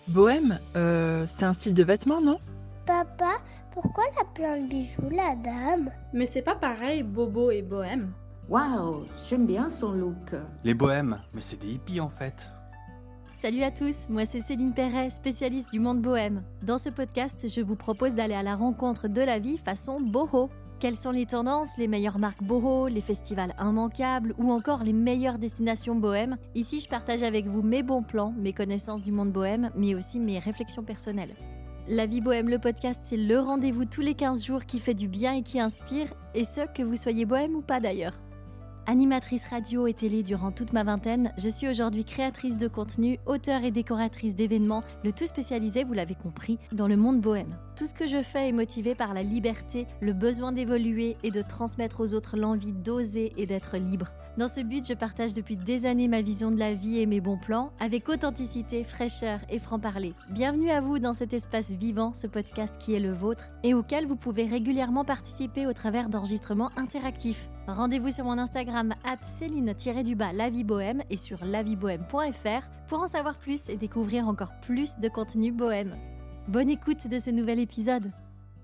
Bohème, c'est un style de vêtement, non? Papa, pourquoi elle a plein de bijoux, la dame? Mais c'est pas pareil, bobo et bohème. Waouh, j'aime bien son look. Les bohèmes, mais c'est des hippies en fait. Salut à tous, moi c'est Céline Perret, spécialiste du monde bohème. Dans ce podcast, je vous propose d'aller à la rencontre de la vie façon boho. Quelles sont les tendances, les meilleures marques boho, les festivals immanquables ou encore les meilleures destinations bohème? Ici, je partage avec vous mes bons plans, mes connaissances du monde bohème, mais aussi mes réflexions personnelles. La vie bohème, le podcast, c'est le rendez-vous tous les 15 jours qui fait du bien et qui inspire, et ce, que vous soyez bohème ou pas d'ailleurs. Animatrice radio et télé durant toute ma vingtaine, je suis aujourd'hui créatrice de contenu, auteure et décoratrice d'événements, le tout spécialisé, vous l'avez compris, dans le monde bohème. Tout ce que je fais est motivé par la liberté, le besoin d'évoluer et de transmettre aux autres l'envie d'oser et d'être libre. Dans ce but, je partage depuis des années ma vision de la vie et mes bons plans, avec authenticité, fraîcheur et franc-parler. Bienvenue à vous dans cet espace vivant, ce podcast qui est le vôtre, et auquel vous pouvez régulièrement participer au travers d'enregistrements interactifs. Rendez-vous sur mon Instagram @Céline_Laviebohème et sur laviebohème.fr pour en savoir plus et découvrir encore plus de contenu bohème. Bonne écoute de ce nouvel épisode.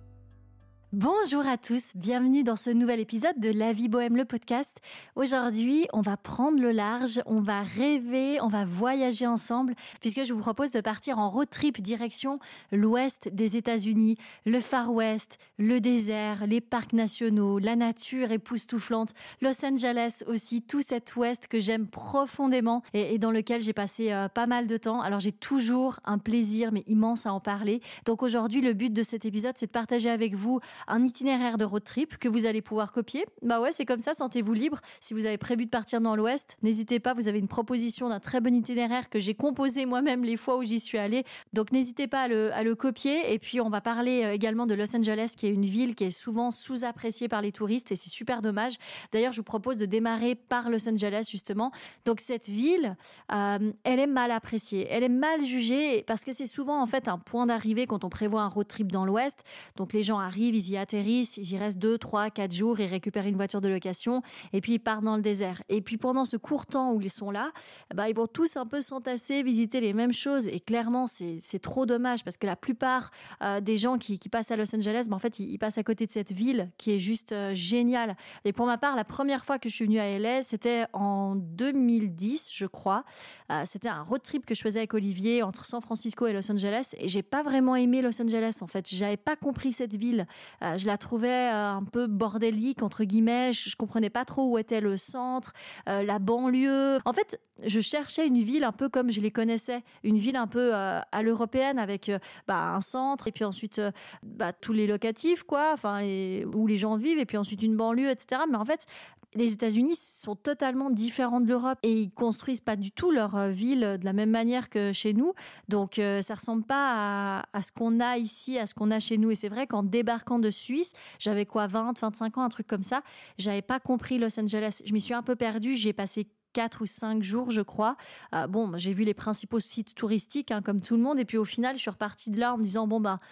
Bonjour à tous, bienvenue dans ce nouvel épisode de La Vie Bohème, le podcast. Aujourd'hui, on va prendre le large, on va rêver, on va voyager ensemble, puisque je vous propose de partir en road trip direction l'ouest des États-Unis, le Far West, le désert, les parcs nationaux, la nature époustouflante, Los Angeles aussi, tout cet ouest que j'aime profondément et dans lequel j'ai passé pas mal de temps. Alors j'ai toujours un plaisir mais immense à en parler. Donc aujourd'hui, le but de cet épisode, c'est de partager avec vous un itinéraire de road trip que vous allez pouvoir copier. Bah ouais, c'est comme ça, sentez-vous libre. Si vous avez prévu de partir dans l'Ouest, n'hésitez pas, vous avez une proposition d'un très bon itinéraire que j'ai composé moi-même les fois où j'y suis allée. Donc n'hésitez pas à le copier. Et puis on va parler également de Los Angeles, qui est une ville qui est souvent sous-appréciée par les touristes et c'est super dommage. D'ailleurs, je vous propose de démarrer par Los Angeles justement. Donc cette ville, elle est mal appréciée, elle est mal jugée parce que c'est souvent en fait un point d'arrivée quand on prévoit un road trip dans l'Ouest. Donc les gens arrivent, ils y atterrissent, ils y restent 2, 3, 4 jours, ils récupèrent une voiture de location et puis ils partent dans le désert. Et puis pendant ce court temps où ils sont là, ils vont tous un peu s'entasser, visiter les mêmes choses et clairement c'est trop dommage parce que la plupart des gens qui passent à Los Angeles, en fait ils passent à côté de cette ville qui est juste géniale. Et pour ma part, la première fois que je suis venue à LA, c'était en 2010 je crois. C'était un road trip que je faisais avec Olivier entre San Francisco et Los Angeles et j'ai pas vraiment aimé Los Angeles en fait. J'avais pas compris cette ville. Je la trouvais un peu bordélique, entre guillemets. Je comprenais pas trop où était le centre, la banlieue. En fait, je cherchais une ville un peu comme je les connaissais. Une ville un peu à l'européenne avec un centre et puis ensuite tous les locatifs, quoi, où les gens vivent et puis ensuite une banlieue, etc. Mais en fait, les États-Unis sont totalement différents de l'Europe et ils construisent pas du tout leur ville de la même manière que chez nous. Donc, ça ressemble pas à ce qu'on a ici, à ce qu'on a chez nous. Et c'est vrai qu'en débarquant de Suisse, j'avais 20, 25 ans, un truc comme ça. J'avais pas compris Los Angeles. Je m'y suis un peu perdue. J'y ai passé 4 ou 5 jours, je crois. J'ai vu les principaux sites touristiques, comme tout le monde. Et puis, au final, je suis repartie de là en me disant,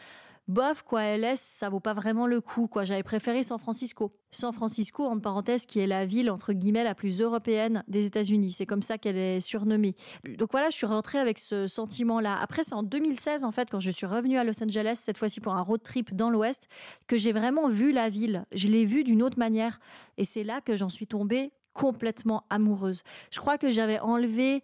bof, quoi, LS, ça vaut pas vraiment le coup, quoi. J'avais préféré San Francisco. San Francisco, entre parenthèses, qui est la ville, entre guillemets, la plus européenne des États-Unis. C'est comme ça qu'elle est surnommée. Donc voilà, je suis rentrée avec ce sentiment-là. Après, c'est en 2016, en fait, quand je suis revenue à Los Angeles, cette fois-ci pour un road trip dans l'Ouest, que j'ai vraiment vu la ville. Je l'ai vue d'une autre manière. Et c'est là que j'en suis tombée complètement amoureuse. Je crois que j'avais enlevé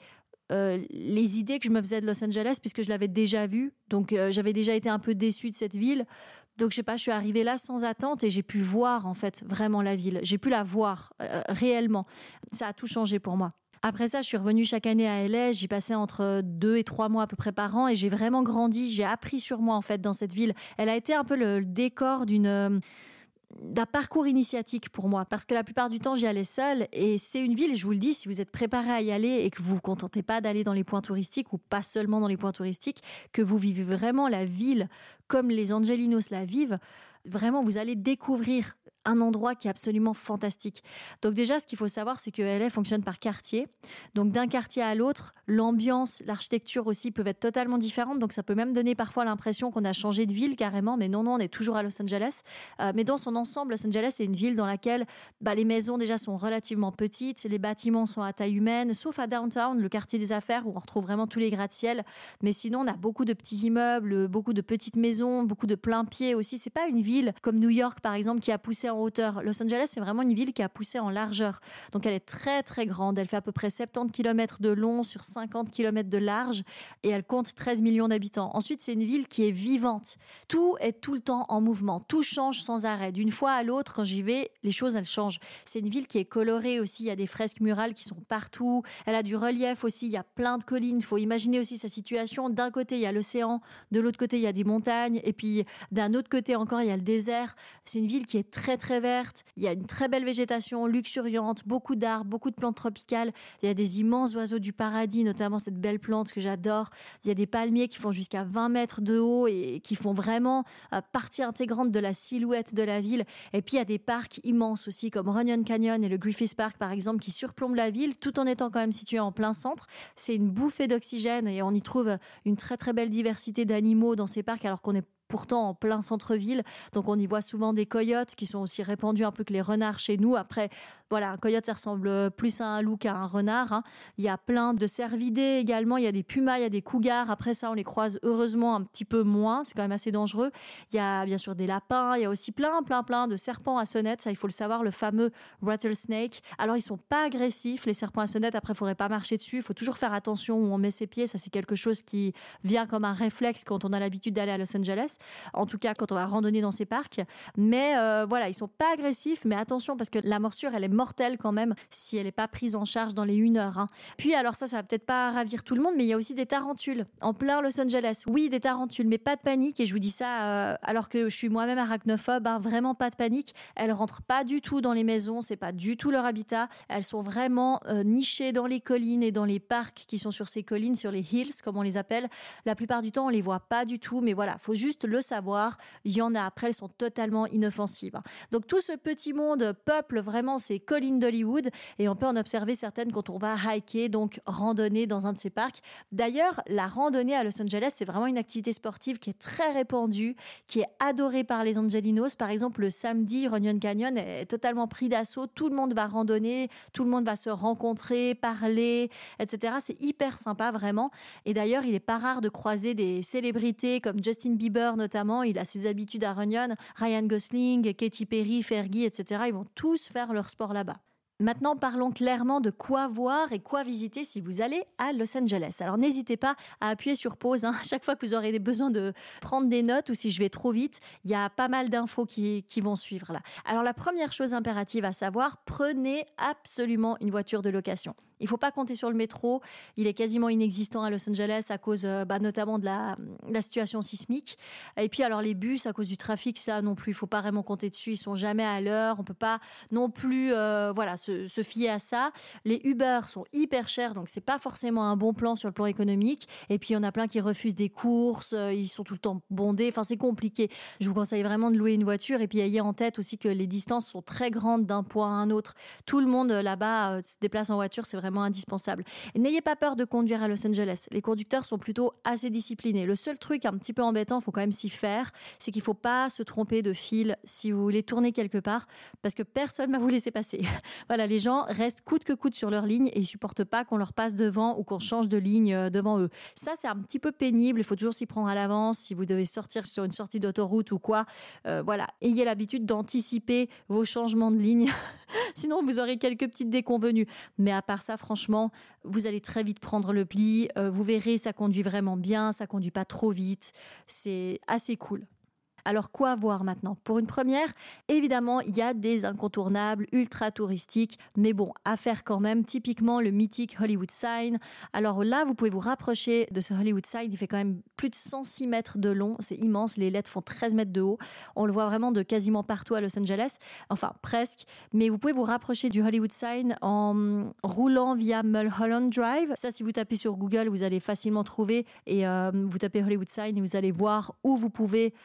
les idées que je me faisais de Los Angeles puisque je l'avais déjà vue. Donc, j'avais déjà été un peu déçue de cette ville. Donc, je sais pas, je suis arrivée là sans attente et j'ai pu voir, en fait, vraiment la ville. J'ai pu la voir réellement. Ça a tout changé pour moi. Après ça, je suis revenue chaque année à LA. J'y passais entre 2 et 3 mois à peu près par an et j'ai vraiment grandi. J'ai appris sur moi, en fait, dans cette ville. Elle a été un peu le décor d'un parcours initiatique pour moi, parce que la plupart du temps, j'y allais seule et c'est une ville, je vous le dis, si vous êtes préparé à y aller et que vous vous contentez pas d'aller dans les points touristiques ou pas seulement dans les points touristiques, que vous vivez vraiment la ville comme les Angelinos la vivent, vraiment, vous allez découvrir un endroit qui est absolument fantastique. Donc déjà, ce qu'il faut savoir, c'est que LA fonctionne par quartier. Donc d'un quartier à l'autre, l'ambiance, l'architecture aussi peuvent être totalement différentes. Donc ça peut même donner parfois l'impression qu'on a changé de ville carrément. Mais non, on est toujours à Los Angeles. Mais dans son ensemble, Los Angeles est une ville dans laquelle les maisons déjà sont relativement petites, les bâtiments sont à taille humaine, sauf à Downtown, le quartier des affaires où on retrouve vraiment tous les gratte-ciel. Mais sinon, on a beaucoup de petits immeubles, beaucoup de petites maisons, beaucoup de plein-pied aussi. C'est pas une ville comme New York, par exemple, qui a poussé en hauteur. Los Angeles, c'est vraiment une ville qui a poussé en largeur. Donc, elle est très, très grande. Elle fait à peu près 70 km de long sur 50 km de large et elle compte 13 millions d'habitants. Ensuite, c'est une ville qui est vivante. Tout est tout le temps en mouvement. Tout change sans arrêt. D'une fois à l'autre, quand j'y vais, les choses, elles changent. C'est une ville qui est colorée aussi. Il y a des fresques murales qui sont partout. Elle a du relief aussi. Il y a plein de collines. Il faut imaginer aussi sa situation. D'un côté, il y a l'océan. De l'autre côté, il y a des montagnes. Et puis, d'un autre côté encore, il y a le désert. C'est une ville qui est très, très verte. Il y a une très belle végétation luxuriante, beaucoup d'arbres, beaucoup de plantes tropicales. Il y a des immenses oiseaux du paradis, notamment cette belle plante que j'adore. Il y a des palmiers qui font jusqu'à 20 mètres de haut et qui font vraiment partie intégrante de la silhouette de la ville. Et puis, il y a des parcs immenses aussi, comme Runyon Canyon et le Griffith Park, par exemple, qui surplombent la ville, tout en étant quand même situé en plein centre. C'est une bouffée d'oxygène et on y trouve une très, très belle diversité d'animaux dans ces parcs, alors qu'on est pourtant en plein centre-ville. Donc, on y voit souvent des coyotes qui sont aussi répandus un peu que les renards chez nous. Après, voilà, un coyote, ça ressemble plus à un loup qu'à un renard, hein. Il y a plein de cervidés également. Il y a des pumas, il y a des cougars. Après ça, on les croise heureusement un petit peu moins. C'est quand même assez dangereux. Il y a bien sûr des lapins. Il y a aussi plein de serpents à sonnette. Ça, il faut le savoir, le fameux rattlesnake. Alors, ils sont pas agressifs, les serpents à sonnette. Après, il faudrait pas marcher dessus. Il faut toujours faire attention où on met ses pieds. Ça, c'est quelque chose qui vient comme un réflexe quand on a l'habitude d'aller à Los Angeles. En tout cas, quand on va randonner dans ces parcs. Mais voilà, ils sont pas agressifs. Mais attention, parce que la morsure, elle est mortelle quand même si elle n'est pas prise en charge dans les 1 heure. Hein. Puis alors ça va peut-être pas ravir tout le monde, mais il y a aussi des tarentules en plein Los Angeles. Oui, des tarentules, mais pas de panique. Et je vous dis ça alors que je suis moi-même arachnophobe. Hein, vraiment pas de panique. Elles rentrent pas du tout dans les maisons. C'est pas du tout leur habitat. Elles sont vraiment nichées dans les collines et dans les parcs qui sont sur ces collines, sur les hills comme on les appelle. La plupart du temps, on les voit pas du tout. Mais voilà, faut juste le savoir. Il y en a. Après, elles sont totalement inoffensives. Hein. Donc tout ce petit monde peuple vraiment ces collines d'Hollywood et on peut en observer certaines quand on va hiker, donc randonner dans un de ces parcs. D'ailleurs, la randonnée à Los Angeles, c'est vraiment une activité sportive qui est très répandue, qui est adorée par les Angelinos. Par exemple, le samedi, Runyon Canyon est totalement pris d'assaut. Tout le monde va randonner, tout le monde va se rencontrer, parler, etc. C'est hyper sympa, vraiment. Et d'ailleurs, il n'est pas rare de croiser des célébrités comme Justin Bieber notamment. Il a ses habitudes à Runyon. Ryan Gosling, Katy Perry, Fergie, etc. Ils vont tous faire leur sport là-bas. Maintenant, parlons clairement de quoi voir et quoi visiter si vous allez à Los Angeles. Alors, n'hésitez pas à appuyer sur pause. Hein. Chaque fois que vous aurez besoin de prendre des notes ou si je vais trop vite, il y a pas mal d'infos qui vont suivre là. Alors, la première chose impérative à savoir, prenez absolument une voiture de location. Il ne faut pas compter sur le métro. Il est quasiment inexistant à Los Angeles à cause notamment de la situation sismique. Et puis, alors, les bus, à cause du trafic, ça non plus, il ne faut pas vraiment compter dessus. Ils ne sont jamais à l'heure. On ne peut pas non plus se fier à ça. Les Uber sont hyper chers, donc ce n'est pas forcément un bon plan sur le plan économique. Et puis, il y en a plein qui refusent des courses. Ils sont tout le temps bondés. Enfin, c'est compliqué. Je vous conseille vraiment de louer une voiture. Et puis, ayez en tête aussi que les distances sont très grandes d'un point à un autre. Tout le monde là-bas se déplace en voiture. C'est vraiment indispensable. Et n'ayez pas peur de conduire à Los Angeles. Les conducteurs sont plutôt assez disciplinés. Le seul truc un petit peu embêtant, il faut quand même s'y faire, c'est qu'il ne faut pas se tromper de fil si vous voulez tourner quelque part, parce que personne ne va vous laisser passer. Voilà, les gens restent coûte que coûte sur leur ligne et ils ne supportent pas qu'on leur passe devant ou qu'on change de ligne devant eux. Ça, c'est un petit peu pénible. Il faut toujours s'y prendre à l'avance. Si vous devez sortir sur une sortie d'autoroute ou quoi, voilà, ayez l'habitude d'anticiper vos changements de ligne. Sinon, vous aurez quelques petites déconvenues. Mais à part ça, franchement, vous allez très vite prendre le pli. Vous verrez, ça conduit vraiment bien, ça conduit pas trop vite. C'est assez cool. Alors, quoi voir maintenant ? Pour une première, évidemment, il y a des incontournables ultra touristiques, mais bon, à faire quand même, typiquement le mythique Hollywood Sign. Alors là, vous pouvez vous rapprocher de ce Hollywood Sign, il fait quand même plus de 106 mètres de long, c'est immense, les lettres font 13 mètres de haut. On le voit vraiment de quasiment partout à Los Angeles, enfin presque, mais vous pouvez vous rapprocher du Hollywood Sign en roulant via Mulholland Drive. Ça, si vous tapez sur Google, vous allez facilement trouver et vous tapez Hollywood Sign et vous allez voir où vous pouvez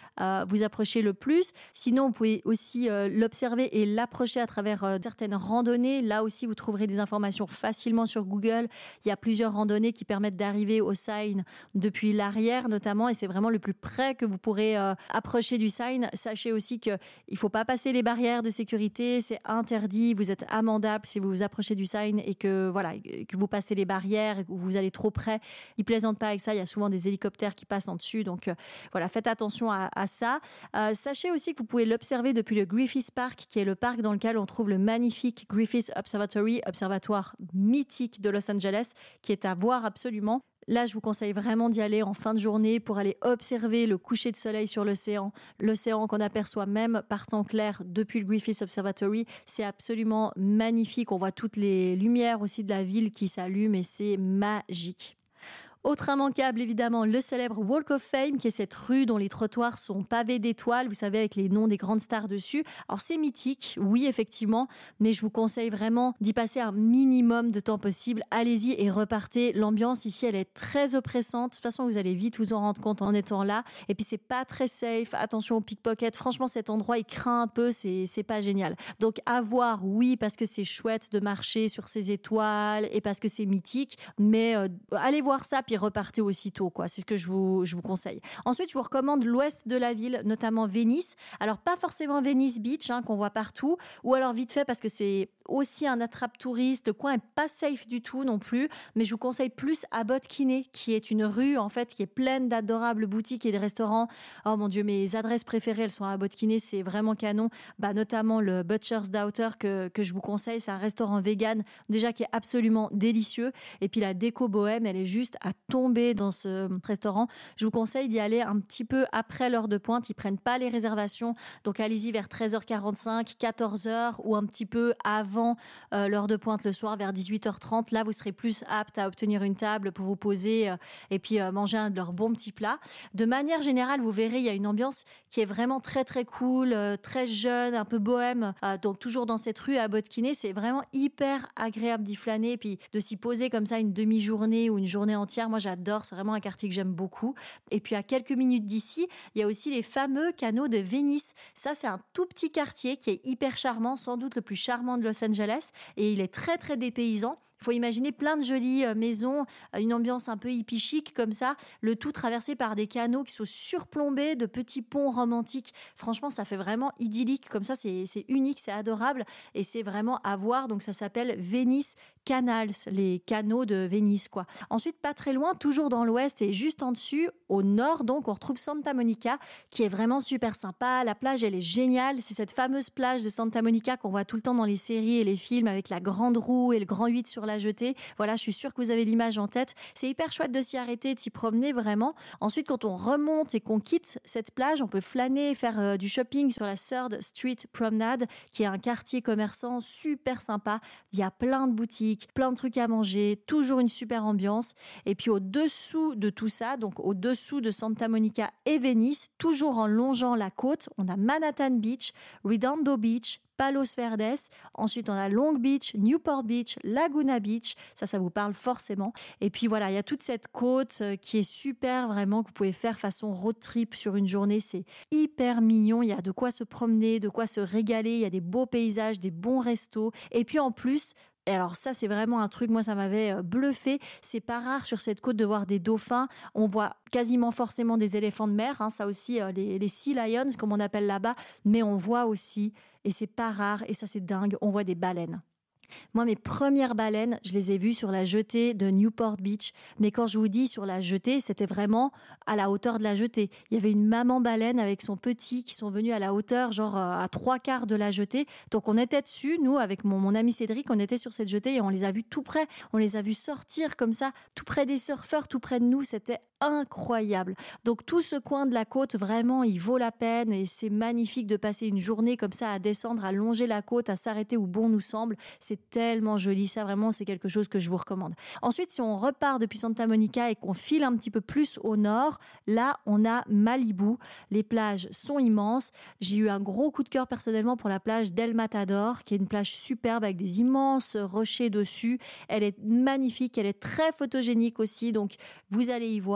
vous approcher le plus. Sinon, vous pouvez aussi l'observer et l'approcher à travers certaines randonnées. Là aussi, vous trouverez des informations facilement sur Google. Il y a plusieurs randonnées qui permettent d'arriver au sign depuis l'arrière notamment, et c'est vraiment le plus près que vous pourrez approcher du sign. Sachez aussi qu'il ne faut pas passer les barrières de sécurité, c'est interdit, vous êtes amendable si vous vous approchez du sign et que vous passez les barrières et que vous allez trop près. Ils ne plaisantent pas avec ça, il y a souvent des hélicoptères qui passent en dessus, donc faites attention à ça. Sachez aussi que vous pouvez l'observer depuis le Griffith Park, qui est le parc dans lequel on trouve le magnifique Griffith Observatory, observatoire mythique de Los Angeles, qui est à voir absolument. Là, je vous conseille vraiment d'y aller en fin de journée pour aller observer le coucher de soleil sur l'océan qu'on aperçoit même par temps clair depuis le Griffith Observatory. C'est absolument magnifique. On voit toutes les lumières aussi de la ville qui s'allument et c'est magique. Autre immanquable, évidemment, le célèbre Walk of Fame, qui est cette rue dont les trottoirs sont pavés d'étoiles, vous savez, avec les noms des grandes stars dessus. Alors, c'est mythique, oui, effectivement, mais je vous conseille vraiment d'y passer un minimum de temps possible. Allez-y et repartez. L'ambiance ici, elle est très oppressante. De toute façon, vous allez vite vous en rendre compte en étant là. Et puis, c'est pas très safe. Attention aux pickpockets. Franchement, cet endroit, il craint un peu. C'est pas génial. Donc, à voir, oui, parce que c'est chouette de marcher sur ces étoiles et parce que c'est mythique. Mais allez voir ça, puis repartez aussitôt, quoi. C'est ce que je vous conseille. Ensuite, je vous recommande l'ouest de la ville, notamment Venice. Alors, pas forcément Venice Beach, qu'on voit partout, ou alors vite fait parce que c'est aussi un attrape-touriste. Le coin est pas safe du tout non plus, mais je vous conseille plus Abbot Kinney, qui est une rue, en fait, qui est pleine d'adorables boutiques et de restaurants. Oh mon Dieu, mes adresses préférées, elles sont à Abbot Kinney, c'est vraiment canon. Notamment le Butcher's Daughter que je vous conseille, c'est un restaurant vegan, déjà qui est absolument délicieux. Et puis la déco bohème, elle est juste à tomber dans ce restaurant. Je vous conseille d'y aller un petit peu après l'heure de pointe. Ils prennent pas les réservations, donc allez-y vers 13h45, 14h ou un petit peu avant l'heure de pointe le soir vers 18h30. Là, vous serez plus apte à obtenir une table pour vous poser et puis manger un de leurs bons petits plats. De manière générale, vous verrez, il y a une ambiance qui est vraiment très très cool, très jeune, un peu bohème. Donc toujours dans cette rue à Abbot Kinney, c'est vraiment hyper agréable d'y flâner et puis de s'y poser comme ça une demi-journée ou une journée entière. Moi, j'adore, c'est vraiment un quartier que j'aime beaucoup. Et puis à quelques minutes d'ici, il y a aussi les fameux canaux de Venise. Ça, c'est un tout petit quartier qui est hyper charmant, sans doute le plus charmant de Los Angeles, et il est très très dépaysant. Il faut imaginer plein de jolies maisons, une ambiance un peu hippie chic comme ça, le tout traversé par des canaux qui sont surplombés de petits ponts romantiques. Franchement, ça fait vraiment idyllique comme ça, c'est unique, c'est adorable et c'est vraiment à voir. Donc ça s'appelle Venice Canals, les canaux de Venise, quoi. Ensuite, pas très loin, toujours dans l'ouest et juste en dessus, au nord, donc on retrouve Santa Monica qui est vraiment super sympa. La plage, elle est géniale. C'est cette fameuse plage de Santa Monica qu'on voit tout le temps dans les séries et les films avec la grande roue et le grand 8 sur la jetée. Voilà, je suis sûre que vous avez l'image en tête. C'est hyper chouette de s'y arrêter, de s'y promener vraiment. Ensuite, quand on remonte et qu'on quitte cette plage, on peut flâner, faire du shopping sur la 3rd Street Promenade, qui est un quartier commerçant super sympa. Il y a plein de boutiques, plein de trucs à manger, toujours une super ambiance. Et puis au-dessous de tout ça, donc au-dessous de Santa Monica et Venice, toujours en longeant la côte, on a Manhattan Beach, Redondo Beach, Palos Verdes. Ensuite, on a Long Beach, Newport Beach, Laguna Beach. Ça vous parle forcément. Et puis voilà, il y a toute cette côte qui est super, vraiment, que vous pouvez faire façon road trip sur une journée. C'est hyper mignon. Il y a de quoi se promener, de quoi se régaler. Il y a des beaux paysages, des bons restos. Et puis en plus, et alors ça, c'est vraiment un truc, moi, ça m'avait bluffé. C'est pas rare sur cette côte de voir des dauphins. On voit quasiment forcément des éléphants de mer, ça aussi, les sea lions, comme on appelle là-bas. Mais on voit aussi, et c'est pas rare, et ça c'est dingue, on voit des baleines. Moi, mes premières baleines, je les ai vues sur la jetée de Newport Beach. Mais quand je vous dis sur la jetée, c'était vraiment à la hauteur de la jetée. Il y avait une maman baleine avec son petit qui sont venus à la hauteur, genre à 3/4 de la jetée. Donc on était dessus, nous, avec mon ami Cédric, on était sur cette jetée et on les a vus tout près. On les a vus sortir comme ça, tout près des surfeurs, tout près de nous. C'était incroyable. Donc tout ce coin de la côte, vraiment, il vaut la peine et c'est magnifique de passer une journée comme ça à descendre, à longer la côte, à s'arrêter où bon nous semble. C'est tellement joli, ça vraiment, c'est quelque chose que je vous recommande. Ensuite, si on repart depuis Santa Monica et qu'on file un petit peu plus au nord, là, on a Malibu. Les plages sont immenses. J'ai eu un gros coup de cœur personnellement pour la plage d'El Matador, qui est une plage superbe avec des immenses rochers dessus. Elle est magnifique, elle est très photogénique aussi, donc vous allez y voir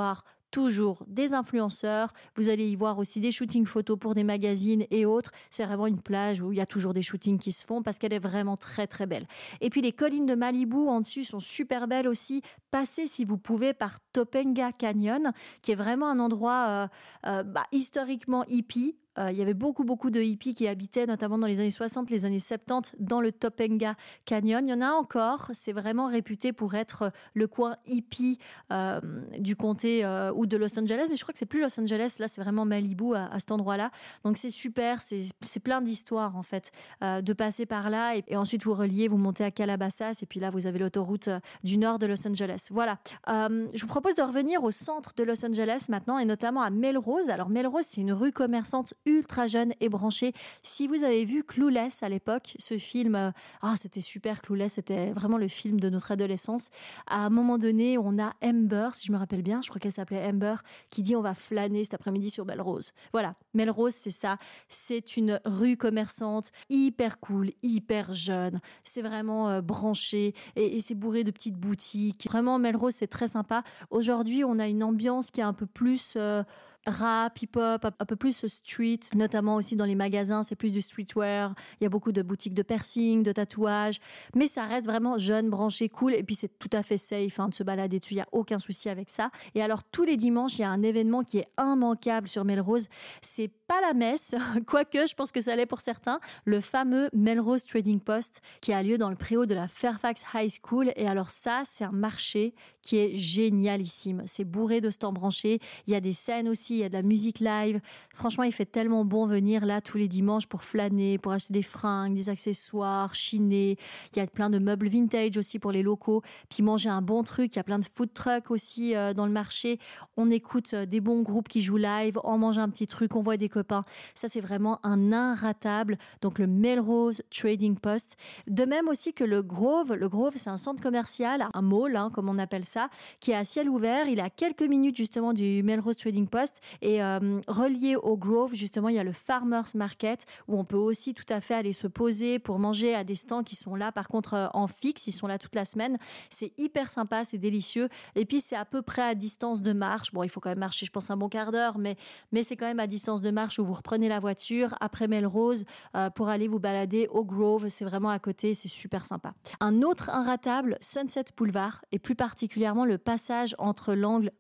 toujours des influenceurs. Vous allez y voir aussi des shootings photos pour des magazines et autres. C'est vraiment une plage où il y a toujours des shootings qui se font parce qu'elle est vraiment très très belle. Et puis les collines de Malibu en dessus sont super belles aussi. Passez si vous pouvez par Topanga Canyon, qui est vraiment un endroit historiquement hippie. Il y avait beaucoup de hippies qui habitaient notamment dans les années 60, les années 70 dans le Topanga Canyon. Il y en a encore, c'est vraiment réputé pour être le coin hippie du comté ou de Los Angeles, mais je crois que c'est plus Los Angeles, là c'est vraiment Malibu à cet endroit-là. Donc c'est super, c'est plein d'histoires en fait de passer par là et ensuite vous reliez, vous montez à Calabasas et puis là vous avez l'autoroute du nord de Los Angeles. Voilà, je vous propose de revenir au centre de Los Angeles maintenant et notamment à Melrose. Alors Melrose, c'est une rue commerçante ultra jeune et branchée. Si vous avez vu Clueless à l'époque, ce film, c'était super Clueless, c'était vraiment le film de notre adolescence. À un moment donné, on a Amber, si je me rappelle bien, je crois qu'elle s'appelait Amber, qui dit on va flâner cet après-midi sur Melrose. Voilà, Melrose, c'est ça. C'est une rue commerçante hyper cool, hyper jeune. C'est vraiment branché et c'est bourré de petites boutiques. Vraiment, Melrose, c'est très sympa. Aujourd'hui, on a une ambiance qui est un peu plus rap, hip-hop, un peu plus street, notamment aussi dans les magasins, c'est plus du streetwear. Il y a beaucoup de boutiques de piercing, de tatouages, mais ça reste vraiment jeune, branché, cool, et puis c'est tout à fait safe de se balader dessus, il n'y a aucun souci avec ça. Et alors tous les dimanches, il y a un événement qui est immanquable sur Melrose, c'est pas la messe, quoique je pense que ça l'est pour certains, le fameux Melrose Trading Post qui a lieu dans le préau de la Fairfax High School. Et alors ça, c'est un marché qui est génialissime, c'est bourré de stands branchés, il y a des scènes aussi, il y a de la musique live. Franchement, il fait tellement bon venir là tous les dimanches pour flâner, pour acheter des fringues, des accessoires, chiner. Il y a plein de meubles vintage aussi pour les locaux. Puis manger un bon truc. Il y a plein de food trucks aussi dans le marché. On écoute des bons groupes qui jouent live. On mange un petit truc, on voit des copains. Ça, c'est vraiment un inratable. Donc, le Melrose Trading Post. De même aussi que le Grove. Le Grove, c'est un centre commercial, un mall, comme on appelle ça, qui est à ciel ouvert. Il est à quelques minutes justement du Melrose Trading Post. Et relié au Grove, justement, il y a le Farmers Market où on peut aussi tout à fait aller se poser pour manger à des stands qui sont là, par contre, en fixe. Ils sont là toute la semaine. C'est hyper sympa, c'est délicieux. Et puis, c'est à peu près à distance de marche. Bon, il faut quand même marcher, je pense, un bon quart d'heure, mais c'est quand même à distance de marche où vous reprenez la voiture après Melrose pour aller vous balader au Grove. C'est vraiment à côté, c'est super sympa. Un autre inratable, Sunset Boulevard, et plus particulièrement le passage entre l'angle...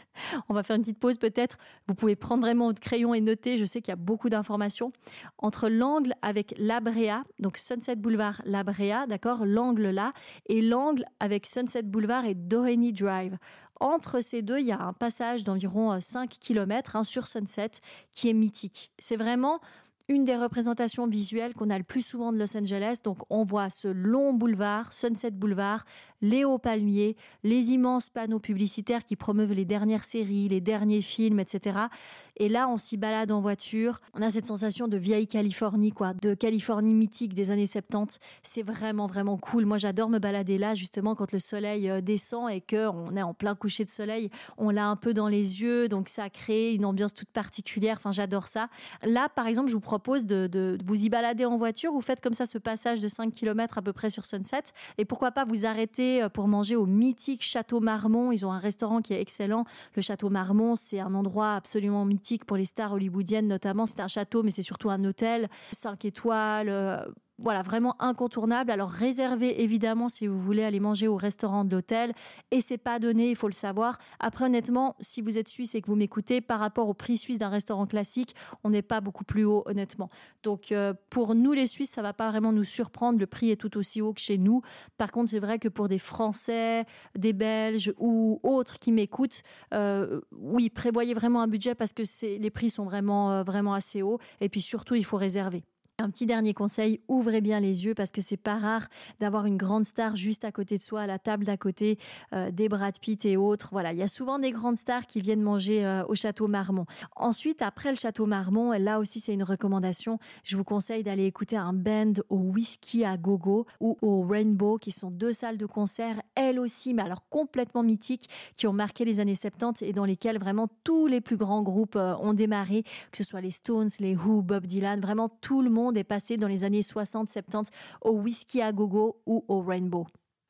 On va faire une petite pause peut-être. Vous pouvez prendre vraiment votre crayon et noter. Je sais qu'il y a beaucoup d'informations. Entre l'angle avec La Brea, donc Sunset Boulevard La Brea, d'accord, l'angle là, et l'angle avec Sunset Boulevard et Doheny Drive. Entre ces deux, il y a un passage d'environ 5 km sur Sunset qui est mythique. C'est vraiment une des représentations visuelles qu'on a le plus souvent de Los Angeles. Donc, on voit ce long boulevard, Sunset Boulevard, les hauts palmiers, les immenses panneaux publicitaires qui promeuvent les dernières séries, les derniers films, etc. Et là, on s'y balade en voiture. On a cette sensation de vieille Californie, de Californie mythique des années 70. C'est vraiment, vraiment cool. Moi, j'adore me balader là, justement, quand le soleil descend et qu'on est en plein coucher de soleil. On l'a un peu dans les yeux, donc ça crée une ambiance toute particulière. Enfin, j'adore ça. Là, par exemple, je vous propose de vous y balader en voiture. Vous faites comme ça ce passage de 5 km à peu près sur Sunset. Et pourquoi pas vous arrêter pour manger au mythique Château Marmont. Ils ont un restaurant qui est excellent. Le Château Marmont, c'est un endroit absolument mythique pour les stars hollywoodiennes notamment. C'est un château, mais c'est surtout un hôtel. 5 étoiles... Voilà, vraiment incontournable. Alors réservez évidemment si vous voulez aller manger au restaurant de l'hôtel. Et c'est pas donné, il faut le savoir. Après, honnêtement, si vous êtes suisse et que vous m'écoutez, par rapport au prix suisse d'un restaurant classique, on n'est pas beaucoup plus haut, honnêtement. Donc pour nous les Suisses, ça va pas vraiment nous surprendre. Le prix est tout aussi haut que chez nous. Par contre, c'est vrai que pour des Français, des Belges ou autres qui m'écoutent, oui, prévoyez vraiment un budget parce que les prix sont vraiment, vraiment assez hauts. Et puis surtout, il faut réserver. Un petit dernier conseil, ouvrez bien les yeux parce que c'est pas rare d'avoir une grande star juste à côté de soi, à la table d'à côté, des Brad Pitt et autres. Voilà, il y a souvent des grandes stars qui viennent manger au Château Marmont. Ensuite, après le Château Marmont, là aussi c'est une recommandation. Je vous conseille d'aller écouter un band au Whisky à Gogo ou au Rainbow, qui sont 2 salles de concert, elles aussi, mais alors complètement mythiques, qui ont marqué les années 70 et dans lesquelles vraiment tous les plus grands groupes ont démarré, que ce soit les Stones, les Who, Bob Dylan, vraiment tout le monde est passé dans les années 60-70 au Whisky à Gogo ou au Rainbow.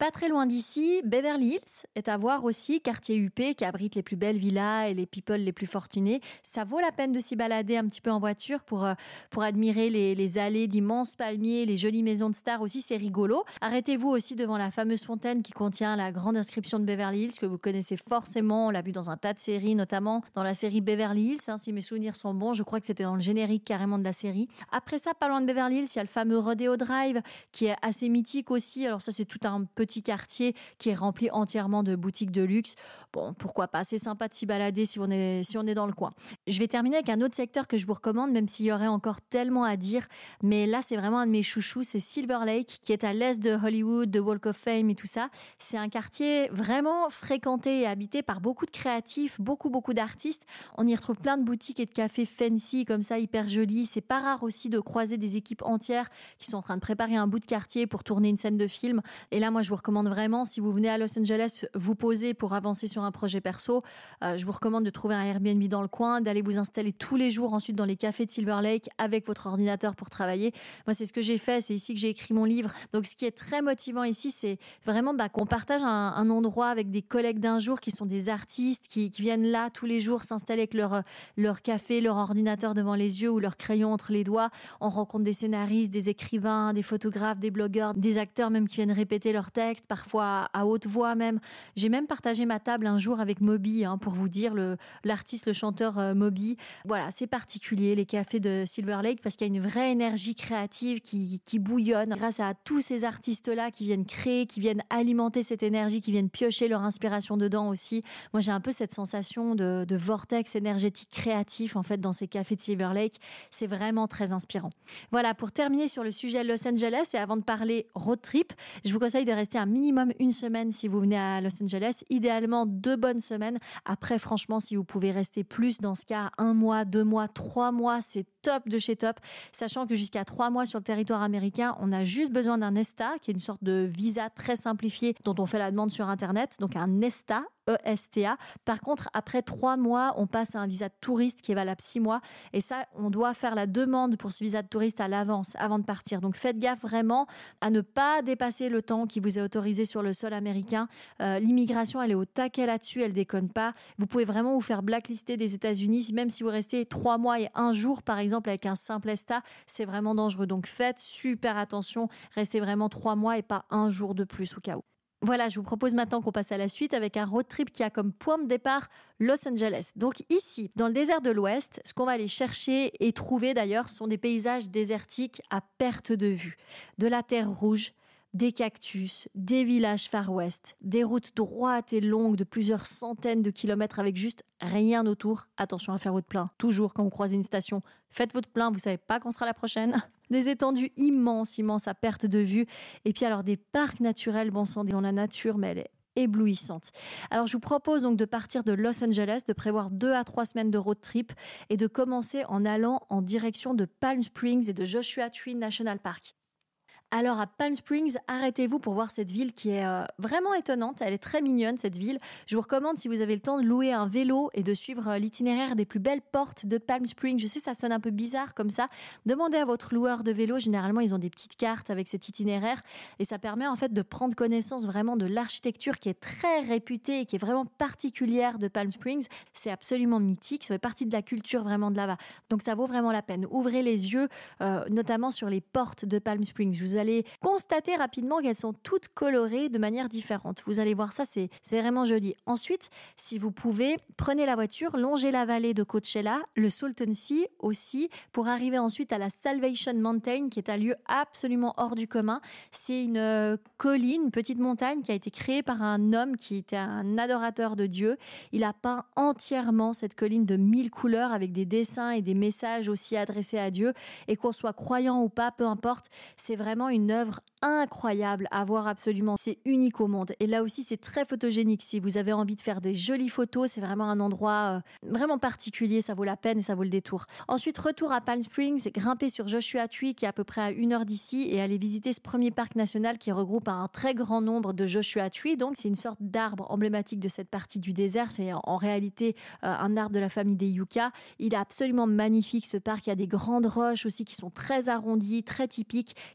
Pas très loin d'ici, Beverly Hills est à voir aussi, quartier huppé qui abrite les plus belles villas et les people les plus fortunés. Ça vaut la peine de s'y balader un petit peu en voiture pour admirer les allées d'immenses palmiers, les jolies maisons de stars aussi, c'est rigolo. Arrêtez-vous aussi devant la fameuse fontaine qui contient la grande inscription de Beverly Hills que vous connaissez forcément, on l'a vu dans un tas de séries, notamment dans la série Beverly Hills, si mes souvenirs sont bons, je crois que c'était dans le générique carrément de la série. Après ça, pas loin de Beverly Hills, il y a le fameux Rodeo Drive qui est assez mythique aussi. Alors ça, c'est tout un petit quartier qui est rempli entièrement de boutiques de luxe. Bon, pourquoi pas, c'est sympa de s'y balader si on est dans le coin. Je vais terminer avec un autre secteur que je vous recommande, même s'il y aurait encore tellement à dire, mais là, c'est vraiment un de mes chouchous, c'est Silver Lake, qui est à l'est de Hollywood, de Walk of Fame et tout ça. C'est un quartier vraiment fréquenté et habité par beaucoup de créatifs, beaucoup d'artistes. On y retrouve plein de boutiques et de cafés fancy, comme ça, hyper jolis. C'est pas rare aussi de croiser des équipes entières qui sont en train de préparer un bout de quartier pour tourner une scène de film. Et là, moi, je vous recommande vraiment, si vous venez à Los Angeles, vous poser pour avancer sur un projet perso, je vous recommande de trouver un Airbnb dans le coin, d'aller vous installer tous les jours ensuite dans les cafés de Silver Lake avec votre ordinateur pour travailler. Moi, c'est ce que j'ai fait, c'est ici que j'ai écrit mon livre. Donc, ce qui est très motivant ici, c'est vraiment qu'on partage un endroit avec des collègues d'un jour qui sont des artistes, qui viennent là tous les jours s'installer avec leur café, leur ordinateur devant les yeux ou leur crayon entre les doigts. On rencontre des scénaristes, des écrivains, des photographes, des blogueurs, des acteurs même qui viennent répéter leurs textes, parfois à haute voix même. J'ai même partagé ma table un jour avec Moby, pour vous dire, l'artiste, le chanteur Moby. Voilà, c'est particulier, les cafés de Silver Lake, parce qu'il y a une vraie énergie créative qui bouillonne grâce à tous ces artistes-là qui viennent créer, qui viennent alimenter cette énergie, qui viennent piocher leur inspiration dedans aussi. Moi, j'ai un peu cette sensation de vortex énergétique créatif, en fait, dans ces cafés de Silver Lake. C'est vraiment très inspirant. Voilà, pour terminer sur le sujet Los Angeles, et avant de parler road trip, je vous conseille de rester un minimum une semaine si vous venez à Los Angeles. Idéalement, 2 bonnes semaines. Après, franchement, si vous pouvez rester plus, dans ce cas, 1 mois, 2 mois, 3 mois, c'est top de chez top. Sachant que jusqu'à 3 mois sur le territoire américain, on a juste besoin d'un ESTA, qui est une sorte de visa très simplifié dont on fait la demande sur Internet. Donc un ESTA, ESTA. Par contre, après 3 mois, on passe à un visa de touriste qui est valable 6 mois. Et ça, on doit faire la demande pour ce visa de touriste à l'avance, avant de partir. Donc faites gaffe vraiment à ne pas dépasser le temps qui vous est autorisé sur le sol américain. L'immigration, elle est au taquet là-dessus, elle déconne pas. Vous pouvez vraiment vous faire blacklister des États-Unis, même si vous restez 3 mois et 1 jour, par exemple, avec un simple ESTA, c'est vraiment dangereux. Donc faites super attention, restez vraiment 3 mois et pas 1 jour de plus au cas où. Voilà, je vous propose maintenant qu'on passe à la suite avec un road trip qui a comme point de départ Los Angeles. Donc ici, dans le désert de l'Ouest, ce qu'on va aller chercher et trouver d'ailleurs sont des paysages désertiques à perte de vue. De la terre rouge, des cactus, des villages Far West, des routes droites et longues de plusieurs centaines de kilomètres avec juste rien autour. Attention à faire votre plein. Toujours quand vous croisez une station, faites votre plein, vous savez pas quand sera la prochaine. Des étendues immenses à perte de vue. Et puis alors des parcs naturels, bon sang, dans la nature, mais elle est éblouissante. Alors je vous propose donc de partir de Los Angeles, de prévoir 2 à 3 semaines de road trip et de commencer en allant en direction de Palm Springs et de Joshua Tree National Park. Alors à Palm Springs, arrêtez-vous pour voir cette ville qui est vraiment étonnante. Elle est très mignonne, cette ville. Je vous recommande, si vous avez le temps, de louer un vélo et de suivre l'itinéraire des plus belles portes de Palm Springs. Je sais, ça sonne un peu bizarre comme ça. Demandez à votre loueur de vélo. Généralement, ils ont des petites cartes avec cet itinéraire et ça permet en fait de prendre connaissance vraiment de l'architecture qui est très réputée et qui est vraiment particulière de Palm Springs. C'est absolument mythique. Ça fait partie de la culture vraiment de là-bas. Donc ça vaut vraiment la peine. Ouvrez les yeux, notamment sur les portes de Palm Springs. Vous allez constater rapidement qu'elles sont toutes colorées de manière différente. Vous allez voir ça, c'est vraiment joli. Ensuite, si vous pouvez, prenez la voiture, longez la vallée de Coachella, le Salton Sea aussi, pour arriver ensuite à la Salvation Mountain, qui est un lieu absolument hors du commun. C'est une colline, une petite montagne qui a été créée par un homme qui était un adorateur de Dieu. Il a peint entièrement cette colline de 1000 couleurs avec des dessins et des messages aussi adressés à Dieu. Et qu'on soit croyant ou pas, peu importe, c'est vraiment une œuvre incroyable à voir absolument. C'est unique au monde. Et là aussi, c'est très photogénique. Si vous avez envie de faire des jolies photos, c'est vraiment un endroit vraiment particulier. Ça vaut la peine et ça vaut le détour. Ensuite, retour à Palm Springs, grimper sur Joshua Tree, qui est à peu près à 1 heure d'ici, et aller visiter ce premier parc national qui regroupe un très grand nombre de Joshua Tree. Donc, c'est une sorte d'arbre emblématique de cette partie du désert. C'est en réalité un arbre de la famille des Yucca. Il est absolument magnifique, ce parc. Il y a des grandes roches aussi qui sont très arrondies, très typiques, qui amènent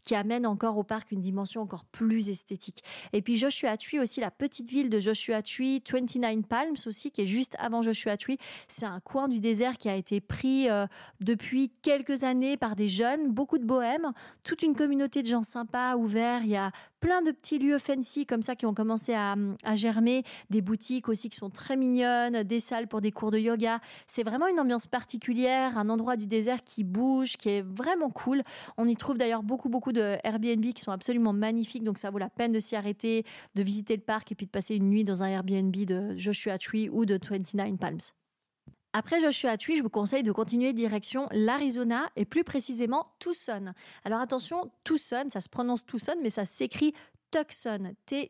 donne encore au parc une dimension encore plus esthétique. Et puis Joshua Tree aussi, la petite ville de Joshua Tree, 29 Palms aussi, qui est juste avant Joshua Tree. C'est un coin du désert qui a été pris depuis quelques années par des jeunes, beaucoup de bohèmes, toute une communauté de gens sympas, ouverts. Il y a plein de petits lieux fancy comme ça qui ont commencé à germer, des boutiques aussi qui sont très mignonnes, des salles pour des cours de yoga. C'est vraiment une ambiance particulière, un endroit du désert qui bouge, qui est vraiment cool. On y trouve d'ailleurs beaucoup de Airbnb qui sont absolument magnifiques, donc ça vaut la peine de s'y arrêter, de visiter le parc et puis de passer une nuit dans un Airbnb de Joshua Tree ou de 29 Palms. Après Joshua Tree, je vous conseille de continuer direction l'Arizona et plus précisément Tucson. Alors attention, Tucson, ça se prononce Tucson, mais ça s'écrit Tucson,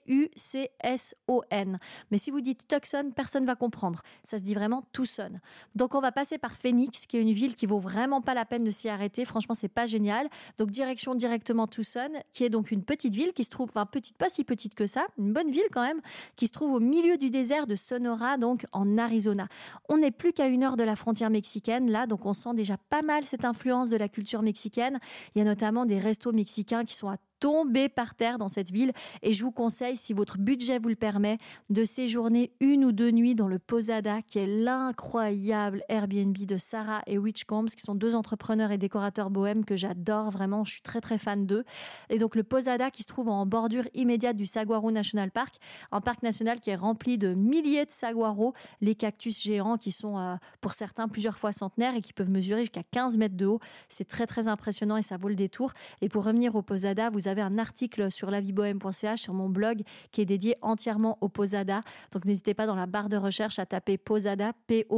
Tucson. Mais si vous dites Tucson, personne ne va comprendre. Ça se dit vraiment Tucson. Donc on va passer par Phoenix, qui est une ville qui vaut vraiment pas la peine de s'y arrêter. Franchement, c'est pas génial. Donc direction directement Tucson, qui est donc une petite ville qui se trouve, enfin petite, pas si petite que ça, une bonne ville quand même, qui se trouve au milieu du désert de Sonora, donc en Arizona. On n'est plus qu'à 1 heure de la frontière mexicaine, là, donc on sent déjà pas mal cette influence de la culture mexicaine. Il y a notamment des restos mexicains qui sont à tomber par terre dans cette ville et je vous conseille, si votre budget vous le permet, de séjourner 1 ou 2 nuits dans le Posada, qui est l'incroyable Airbnb de Sarah et Rich Combs, qui sont 2 entrepreneurs et décorateurs bohèmes que j'adore vraiment, je suis très très fan d'eux. Et donc le Posada qui se trouve en bordure immédiate du Saguaro National Park, un parc national qui est rempli de milliers de saguaros, les cactus géants qui sont pour certains plusieurs fois centenaires et qui peuvent mesurer jusqu'à 15 mètres de haut. C'est très très impressionnant et ça vaut le détour. Et pour revenir au Posada, vous avez un article sur laviebohème.ch sur mon blog qui est dédié entièrement au Posada. Donc n'hésitez pas dans la barre de recherche à taper Posada,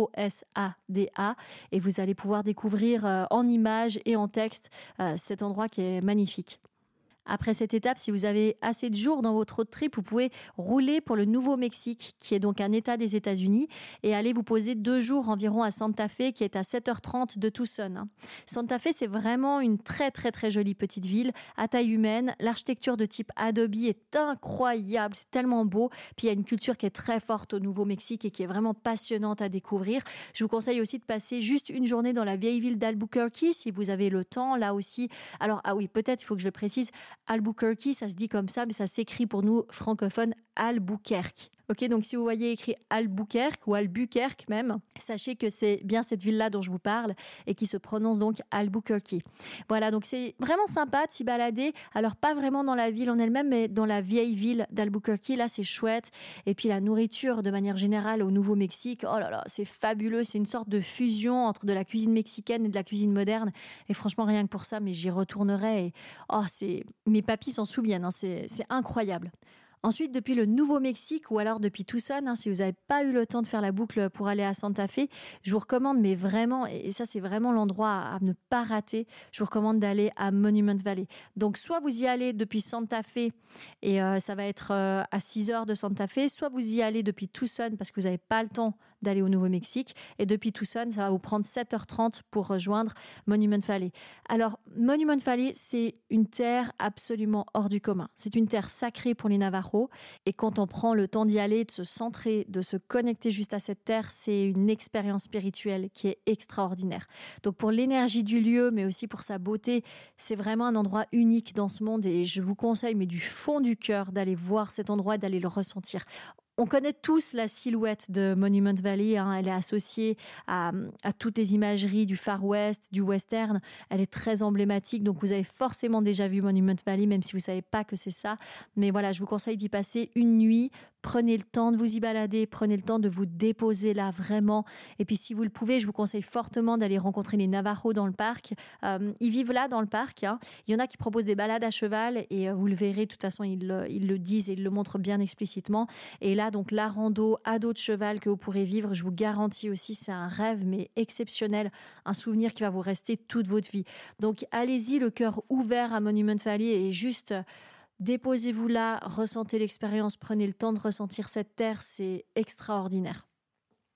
Posada, et vous allez pouvoir découvrir en images et en texte cet endroit qui est magnifique. Après cette étape, si vous avez assez de jours dans votre road trip, vous pouvez rouler pour le Nouveau-Mexique, qui est donc un État des États-Unis, et aller vous poser 2 jours environ à Santa Fe, qui est à 7h30 de Tucson. Santa Fe, c'est vraiment une très très très jolie petite ville à taille humaine. L'architecture de type Adobe est incroyable, c'est tellement beau. Puis il y a une culture qui est très forte au Nouveau-Mexique et qui est vraiment passionnante à découvrir. Je vous conseille aussi de passer juste une journée dans la vieille ville d'Albuquerque, si vous avez le temps, là aussi. Alors, ah oui, peut-être il faut que je le précise, Albuquerque, ça se dit comme ça, mais ça s'écrit pour nous francophones Albuquerque. Ok, donc si vous voyez écrit Albuquerque ou Albuquerque même, sachez que c'est bien cette ville-là dont je vous parle et qui se prononce donc Albuquerque. Voilà, donc c'est vraiment sympa de s'y balader. Alors pas vraiment dans la ville en elle-même, mais dans la vieille ville d'Albuquerque. Là, c'est chouette. Et puis la nourriture, de manière générale, au Nouveau-Mexique, oh là là, c'est fabuleux. C'est une sorte de fusion entre de la cuisine mexicaine et de la cuisine moderne. Et franchement, rien que pour ça, mais j'y retournerai. Et mes papis s'en souviennent, hein, c'est incroyable. Ensuite, depuis le Nouveau-Mexique ou alors depuis Tucson, si vous n'avez pas eu le temps de faire la boucle pour aller à Santa Fe, je vous recommande, mais vraiment, et ça c'est vraiment l'endroit à ne pas rater, je vous recommande d'aller à Monument Valley. Donc soit vous y allez depuis Santa Fe et ça va être à 6 heures de Santa Fe, soit vous y allez depuis Tucson parce que vous n'avez pas le temps d'aller au Nouveau-Mexique. Et depuis Tucson, ça va vous prendre 7h30 pour rejoindre Monument Valley. Alors, Monument Valley, c'est une terre absolument hors du commun. C'est une terre sacrée pour les Navajos. Et quand on prend le temps d'y aller, de se centrer, de se connecter juste à cette terre, c'est une expérience spirituelle qui est extraordinaire. Donc, pour l'énergie du lieu, mais aussi pour sa beauté, c'est vraiment un endroit unique dans ce monde. Et je vous conseille, mais du fond du cœur, d'aller voir cet endroit et d'aller le ressentir. On connaît tous la silhouette de Monument Valley, elle est associée à toutes les imageries du Far West, du western. Elle est très emblématique, donc vous avez forcément déjà vu Monument Valley, même si vous ne savez pas que c'est ça. Mais voilà, je vous conseille d'y passer une nuit. Prenez le temps de vous y balader, prenez le temps de vous déposer là vraiment. Et puis si vous le pouvez, je vous conseille fortement d'aller rencontrer les Navajos dans le parc. Ils vivent là dans le parc. Il y en a qui proposent des balades à cheval et vous le verrez, de toute façon ils le disent et ils le montrent bien explicitement. Et là donc la rando à dos de cheval que vous pourrez vivre, je vous garantis aussi, c'est un rêve mais exceptionnel, un souvenir qui va vous rester toute votre vie. Donc allez-y le cœur ouvert à Monument Valley et juste... déposez-vous là, ressentez l'expérience, prenez le temps de ressentir cette terre, c'est extraordinaire.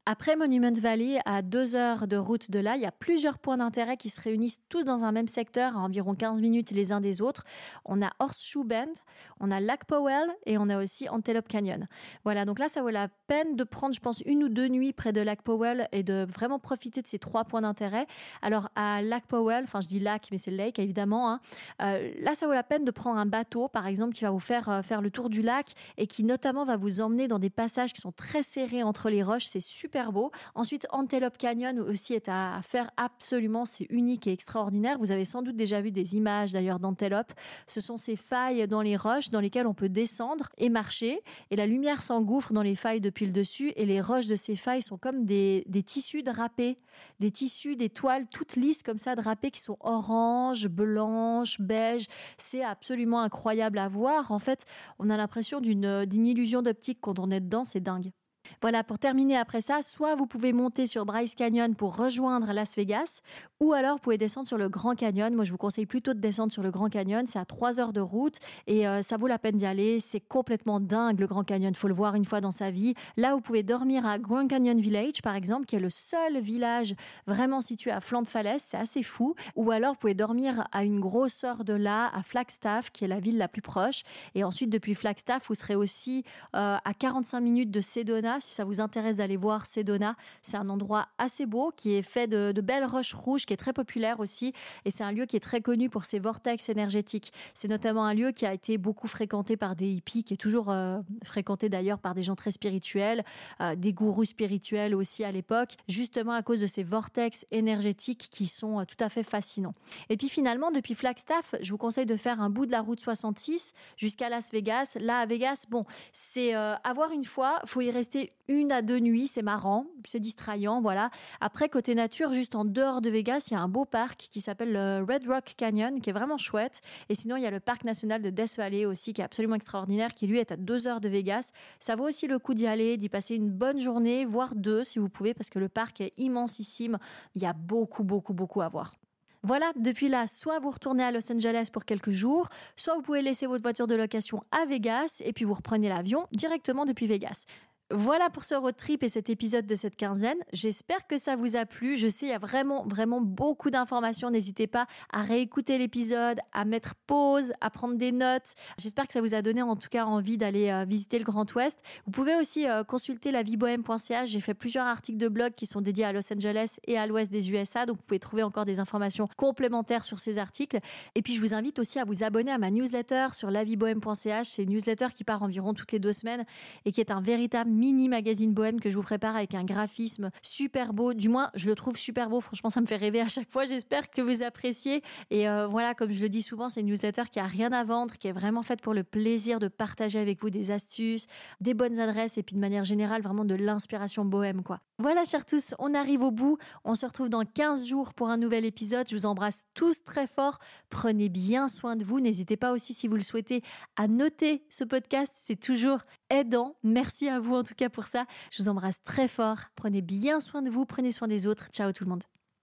Après Monument Valley, à 2 heures de route de là, il y a plusieurs points d'intérêt qui se réunissent tous dans un même secteur à environ 15 minutes les uns des autres. On a Horseshoe Bend, on a Lac Powell et on a aussi Antelope Canyon. Voilà, donc là, ça vaut la peine de prendre, je pense, 1 ou 2 nuits près de Lac Powell et de vraiment profiter de ces 3 points d'intérêt. Alors, à Lac Powell, enfin, je dis lac, mais c'est lake, évidemment, hein. Là, ça vaut la peine de prendre un bateau, par exemple, qui va vous faire le tour du lac et qui, notamment, va vous emmener dans des passages qui sont très serrés entre les roches. C'est super beau. Ensuite, Antelope Canyon aussi est à faire absolument. C'est unique et extraordinaire. Vous avez sans doute déjà vu des images, d'ailleurs, d'Antelope. Ce sont ces failles dans les roches dans lesquelles on peut descendre et marcher. Et la lumière s'engouffre dans les failles depuis le dessus. Et les roches de ces failles sont comme des tissus drapés, des tissus, des toiles toutes lisses comme ça, drapées, qui sont orange, blanche, beige. C'est absolument incroyable à voir. En fait, on a l'impression d'une illusion d'optique quand on est dedans. C'est dingue. Voilà, pour terminer après ça, soit vous pouvez monter sur Bryce Canyon pour rejoindre Las Vegas, ou alors vous pouvez descendre sur le Grand Canyon. Moi, je vous conseille plutôt de descendre sur le Grand Canyon. C'est à 3 heures de route et ça vaut la peine d'y aller. C'est complètement dingue, le Grand Canyon. Il faut le voir une fois dans sa vie. Là, vous pouvez dormir à Grand Canyon Village, par exemple, qui est le seul village vraiment situé à flanc de falaise. C'est assez fou. Ou alors, vous pouvez dormir à une grosse heure de là, à Flagstaff, qui est la ville la plus proche. Et ensuite, depuis Flagstaff, vous serez aussi à 45 minutes de Sedona. Si ça vous intéresse d'aller voir Sedona, c'est un endroit assez beau qui est fait de belles roches rouges, qui est très populaire aussi, et c'est un lieu qui est très connu pour ses vortex énergétiques. C'est notamment un lieu qui a été beaucoup fréquenté par des hippies, qui est toujours fréquenté d'ailleurs par des gens très spirituels, des gourous spirituels aussi à l'époque, justement à cause de ces vortex énergétiques qui sont tout à fait fascinants. Et puis finalement, depuis Flagstaff, je vous conseille de faire un bout de la route 66 jusqu'à Las Vegas. Là, à Vegas, bon, c'est à voir une fois, il faut y rester 1 à 2 nuits, c'est marrant, c'est distrayant, voilà. Après, côté nature, juste en dehors de Vegas, il y a un beau parc qui s'appelle le Red Rock Canyon, qui est vraiment chouette. Et sinon, il y a le parc national de Death Valley aussi, qui est absolument extraordinaire, qui lui est à 2 heures de Vegas. Ça vaut aussi le coup d'y aller, d'y passer une bonne journée, voire 2 si vous pouvez, parce que le parc est immensissime. Il y a beaucoup à voir. Voilà, depuis là, soit vous retournez à Los Angeles pour quelques jours, soit vous pouvez laisser votre voiture de location à Vegas et puis vous reprenez l'avion directement depuis Vegas. Voilà pour ce road trip et cet épisode de cette quinzaine. J'espère que ça vous a plu. Je sais, il y a vraiment beaucoup d'informations. N'hésitez pas à réécouter l'épisode, à mettre pause, à prendre des notes. J'espère que ça vous a donné en tout cas envie d'aller visiter le Grand Ouest. Vous pouvez aussi consulter laviebohème.ch. J'ai fait plusieurs articles de blog qui sont dédiés à Los Angeles et à l'ouest des USA. Donc vous pouvez trouver encore des informations complémentaires sur ces articles. Et puis je vous invite aussi à vous abonner à ma newsletter sur laviebohème.ch. C'est une newsletter qui part environ toutes les 2 semaines et qui est un véritable mini magazine bohème que je vous prépare avec un graphisme super beau. Du moins, je le trouve super beau. Franchement, ça me fait rêver à chaque fois. J'espère que vous appréciez. Et voilà, comme je le dis souvent, c'est une newsletter qui a rien à vendre, qui est vraiment faite pour le plaisir de partager avec vous des astuces, des bonnes adresses et puis de manière générale, vraiment de l'inspiration bohème, quoi. Voilà, chers tous, on arrive au bout. On se retrouve dans 15 jours pour un nouvel épisode. Je vous embrasse tous très fort. Prenez bien soin de vous. N'hésitez pas aussi, si vous le souhaitez, à noter ce podcast. C'est toujours aidant. Merci à vous en tout cas pour ça. Je vous embrasse très fort. Prenez bien soin de vous. Prenez soin des autres. Ciao tout le monde.